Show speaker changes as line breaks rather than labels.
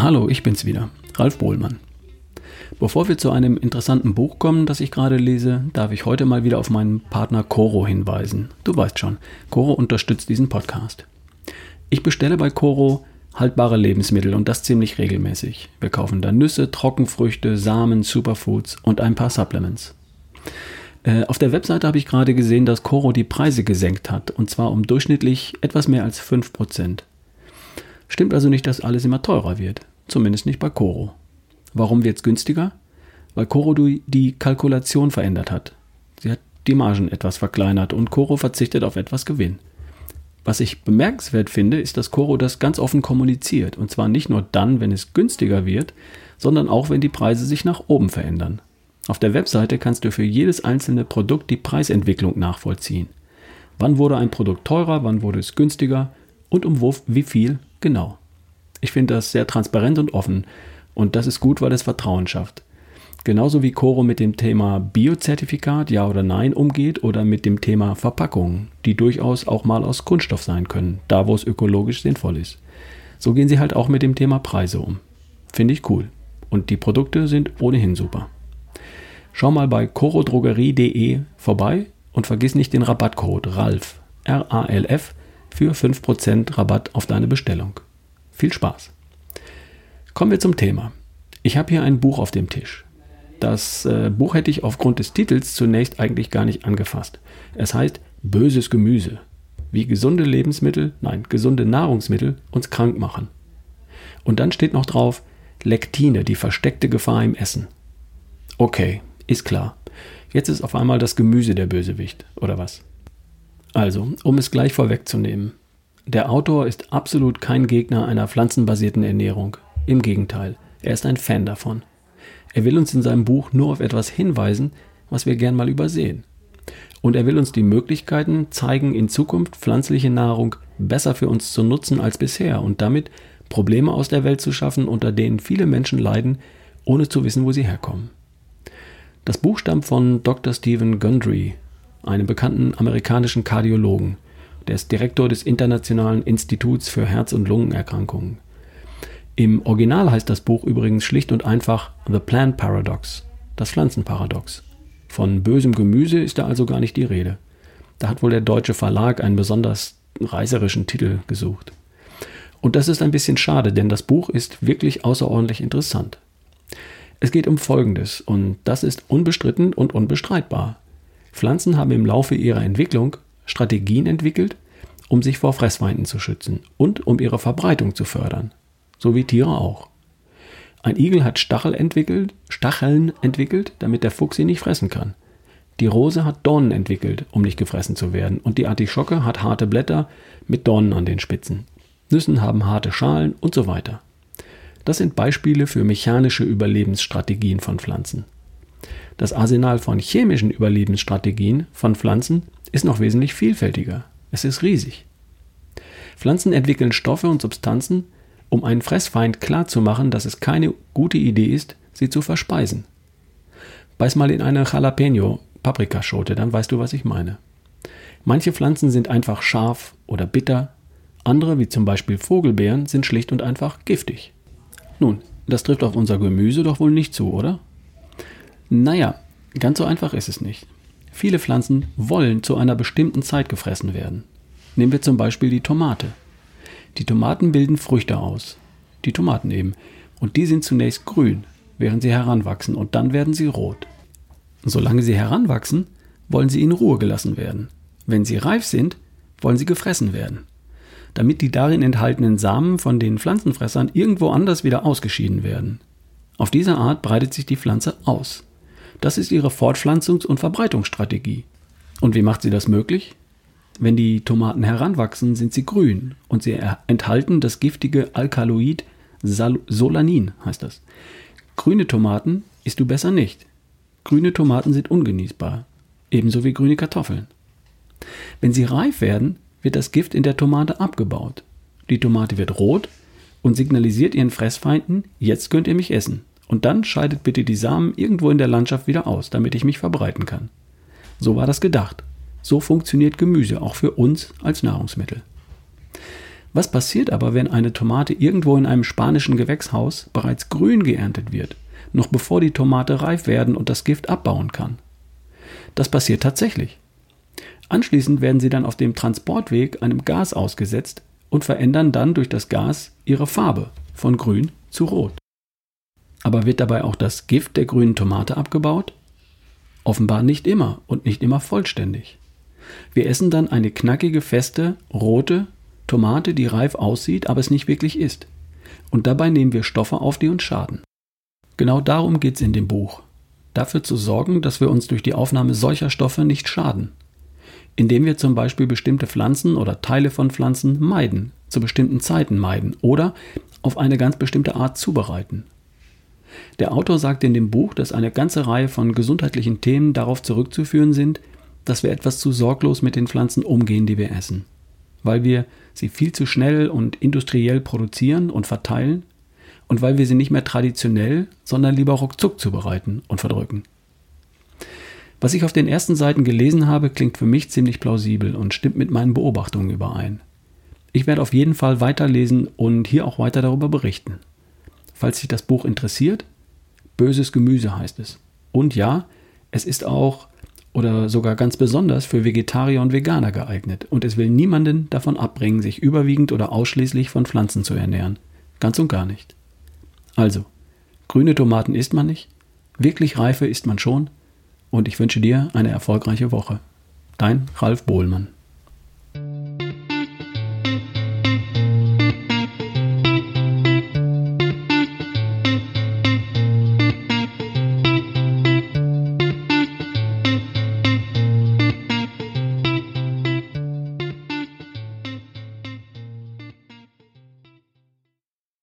Hallo, ich bin's wieder, Ralf Bohlmann. Bevor wir zu einem interessanten Buch kommen, das ich gerade lese, darf ich heute mal wieder auf meinen Partner Coro hinweisen. Du weißt schon, Coro unterstützt diesen Podcast. Ich bestelle bei Coro haltbare Lebensmittel und das ziemlich regelmäßig. Wir kaufen da Nüsse, Trockenfrüchte, Samen, Superfoods und ein paar Supplements. Auf der Webseite habe ich gerade gesehen, dass Coro die Preise gesenkt hat, und zwar um durchschnittlich etwas mehr als 5%. Stimmt also nicht, dass alles immer teurer wird, zumindest nicht bei Coro. Warum wird es günstiger? Weil Coro die Kalkulation verändert hat. Sie hat die Margen etwas verkleinert und Coro verzichtet auf etwas Gewinn. Was ich bemerkenswert finde, ist, dass Coro das ganz offen kommuniziert, und zwar nicht nur dann, wenn es günstiger wird, sondern auch, wenn die Preise sich nach oben verändern. Auf der Webseite kannst du für jedes einzelne Produkt die Preisentwicklung nachvollziehen. Wann wurde ein Produkt teurer, wann wurde es günstiger und wie viel genau. Ich finde das sehr transparent und offen und das ist gut, weil es Vertrauen schafft. Genauso wie Coro mit dem Thema Biozertifikat, ja oder nein, umgeht oder mit dem Thema Verpackungen, die durchaus auch mal aus Kunststoff sein können, da wo es ökologisch sinnvoll ist. So gehen sie halt auch mit dem Thema Preise um. Finde ich cool. Und die Produkte sind ohnehin super. Schau mal bei corodrogerie.de vorbei und vergiss nicht den Rabattcode RALF, R-A-L-F, für 5% Rabatt auf deine Bestellung. Viel Spaß! Kommen wir zum Thema. Ich habe hier ein Buch auf dem Tisch. Das Buch hätte ich aufgrund des Titels zunächst eigentlich gar nicht angefasst. Es heißt Böses Gemüse, wie gesunde Nahrungsmittel uns krank machen. Und dann steht noch drauf, Lektine, die versteckte Gefahr im Essen. Okay, ist klar. Jetzt ist auf einmal das Gemüse der Bösewicht, oder was? Also, um es gleich vorwegzunehmen. Der Autor ist absolut kein Gegner einer pflanzenbasierten Ernährung. Im Gegenteil, er ist ein Fan davon. Er will uns in seinem Buch nur auf etwas hinweisen, was wir gern mal übersehen. Und er will uns die Möglichkeiten zeigen, in Zukunft pflanzliche Nahrung besser für uns zu nutzen als bisher und damit Probleme aus der Welt zu schaffen, unter denen viele Menschen leiden, ohne zu wissen, wo sie herkommen. Das Buch stammt von Dr. Stephen Gundry, einem bekannten amerikanischen Kardiologen. Der ist Direktor des Internationalen Instituts für Herz- und Lungenerkrankungen. Im Original heißt das Buch übrigens schlicht und einfach The Plant Paradox, das Pflanzenparadox. Von bösem Gemüse ist da also gar nicht die Rede. Da hat wohl der deutsche Verlag einen besonders reißerischen Titel gesucht. Und das ist ein bisschen schade, denn das Buch ist wirklich außerordentlich interessant. Es geht um Folgendes, und das ist unbestritten und unbestreitbar. Pflanzen haben im Laufe ihrer Entwicklung Strategien entwickelt, um sich vor Fressfeinden zu schützen und um ihre Verbreitung zu fördern. So wie Tiere auch. Ein Igel hat Stacheln entwickelt, damit der Fuchs sie nicht fressen kann. Die Rose hat Dornen entwickelt, um nicht gefressen zu werden, und die Artischocke hat harte Blätter mit Dornen an den Spitzen. Nüssen haben harte Schalen und so weiter. Das sind Beispiele für mechanische Überlebensstrategien von Pflanzen. Das Arsenal von chemischen Überlebensstrategien von Pflanzen ist noch wesentlich vielfältiger. Es ist riesig. Pflanzen entwickeln Stoffe und Substanzen, um einen Fressfeind klarzumachen, dass es keine gute Idee ist, sie zu verspeisen. Beiß mal in eine Jalapeno-Paprikaschote, dann weißt du, was ich meine. Manche Pflanzen sind einfach scharf oder bitter, andere, wie zum Beispiel Vogelbeeren, sind schlicht und einfach giftig. Nun, das trifft auf unser Gemüse doch wohl nicht zu, oder? Naja, ganz so einfach ist es nicht. Viele Pflanzen wollen zu einer bestimmten Zeit gefressen werden. Nehmen wir zum Beispiel die Tomate. Die Tomaten bilden Früchte aus. Die Tomaten eben. Und die sind zunächst grün, während sie heranwachsen, und dann werden sie rot. Solange sie heranwachsen, wollen sie in Ruhe gelassen werden. Wenn sie reif sind, wollen sie gefressen werden, damit die darin enthaltenen Samen von den Pflanzenfressern irgendwo anders wieder ausgeschieden werden. Auf diese Art breitet sich die Pflanze aus. Das ist ihre Fortpflanzungs- und Verbreitungsstrategie. Und wie macht sie das möglich? Wenn die Tomaten heranwachsen, sind sie grün und sie enthalten das giftige Alkaloid Solanin, heißt das. Grüne Tomaten isst du besser nicht. Grüne Tomaten sind ungenießbar, ebenso wie grüne Kartoffeln. Wenn sie reif werden, wird das Gift in der Tomate abgebaut. Die Tomate wird rot und signalisiert ihren Fressfeinden, jetzt könnt ihr mich essen. Und dann scheidet bitte die Samen irgendwo in der Landschaft wieder aus, damit ich mich verbreiten kann. So war das gedacht. So funktioniert Gemüse auch für uns als Nahrungsmittel. Was passiert aber, wenn eine Tomate irgendwo in einem spanischen Gewächshaus bereits grün geerntet wird, noch bevor die Tomate reif werden und das Gift abbauen kann? Das passiert tatsächlich. Anschließend werden sie dann auf dem Transportweg einem Gas ausgesetzt und verändern dann durch das Gas ihre Farbe von grün zu rot. Aber wird dabei auch das Gift der grünen Tomate abgebaut? Offenbar nicht immer und nicht immer vollständig. Wir essen dann eine knackige, feste, rote Tomate, die reif aussieht, aber es nicht wirklich ist. Und dabei nehmen wir Stoffe auf, die uns schaden. Genau darum geht es in dem Buch. Dafür zu sorgen, dass wir uns durch die Aufnahme solcher Stoffe nicht schaden. Indem wir zum Beispiel bestimmte Pflanzen oder Teile von Pflanzen meiden, zu bestimmten Zeiten meiden oder auf eine ganz bestimmte Art zubereiten. Der Autor sagt in dem Buch, dass eine ganze Reihe von gesundheitlichen Themen darauf zurückzuführen sind, dass wir etwas zu sorglos mit den Pflanzen umgehen, die wir essen. Weil wir sie viel zu schnell und industriell produzieren und verteilen und weil wir sie nicht mehr traditionell, sondern lieber ruckzuck zubereiten und verdrücken. Was ich auf den ersten Seiten gelesen habe, klingt für mich ziemlich plausibel und stimmt mit meinen Beobachtungen überein. Ich werde auf jeden Fall weiterlesen und hier auch weiter darüber berichten. Falls dich das Buch interessiert, Böses Gemüse heißt es. Und ja, es ist auch oder sogar ganz besonders für Vegetarier und Veganer geeignet und es will niemanden davon abbringen, sich überwiegend oder ausschließlich von Pflanzen zu ernähren. Ganz und gar nicht. Also, grüne Tomaten isst man nicht, wirklich reife isst man schon und ich wünsche dir eine erfolgreiche Woche. Dein Ralf Bohlmann.